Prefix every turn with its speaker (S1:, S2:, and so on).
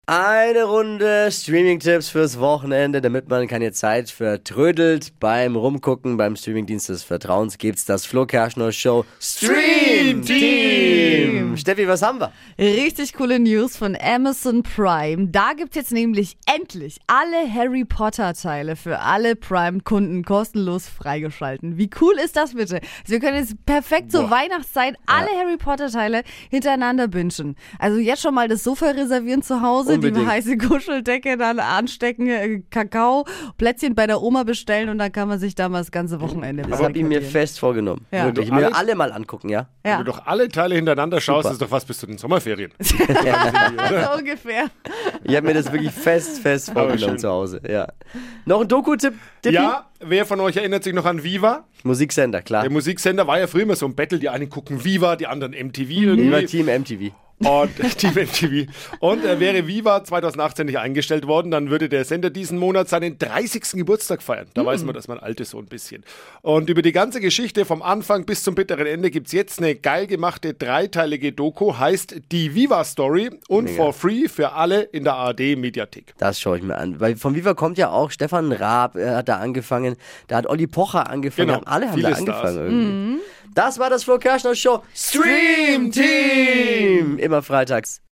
S1: Eine Runde Streaming-Tipps fürs Wochenende, damit man keine Zeit vertrödelt. Beim Rumgucken, beim Streamingdienst des Vertrauens gibt's das Flo Kerschner Show Stream Team. Steffi, was haben wir?
S2: Richtig coole News von Amazon Prime. Da gibt's jetzt nämlich endlich alle Harry Potter Teile für alle Prime-Kunden kostenlos freigeschalten. Wie cool ist das bitte? Also wir können jetzt perfekt zur Weihnachtszeit alle Harry Potter Teile hintereinander bingen. Also jetzt schon mal das Sofa reservieren zu Hause.
S1: Unbedingt.
S2: Die heiße Kuscheldecke dann anstecken, Kakao, Plätzchen bei der Oma bestellen und dann kann man sich da mal das ganze Wochenende
S1: Das habe ich mir fest vorgenommen.
S2: Ja.
S1: Wirklich. Ich mir alle mal angucken, ja?
S2: Ja.
S3: Wenn du doch alle Teile hintereinander schaust,
S1: Super.
S3: ist doch fast bis zu den Sommerferien.
S2: So ungefähr.
S1: Ich habe mir das wirklich fest vorgenommen
S3: schön.
S1: zu Hause. Ja. Noch ein Doku-Tipp? Tippi?
S3: Ja, wer von euch erinnert sich noch an Viva?
S1: Musiksender, klar.
S3: Der Musiksender war ja früher immer so ein Battle. Die einen gucken Viva, die anderen MTV irgendwie.
S1: Über Team MTV.
S3: Und Team MTV. Und wäre Viva 2018 nicht eingestellt worden, dann würde der Sender diesen Monat seinen 30. Geburtstag feiern. Da weiß man, dass man alt ist so ein bisschen. Und über die ganze Geschichte vom Anfang bis zum bitteren Ende gibt es jetzt eine geil gemachte dreiteilige Doku, heißt Die Viva Story und
S1: Mega.
S3: for free für alle in der ARD-Mediathek.
S1: Das schaue ich mir an. Weil von Viva kommt ja auch Stefan Raab, hat da angefangen. Da hat Olli Pocher angefangen.
S3: Genau,
S1: Alle haben
S3: viele
S1: da angefangen
S3: Stars.
S1: irgendwie. Das war das Flo Kerschner Show Stream Team. Immer freitags.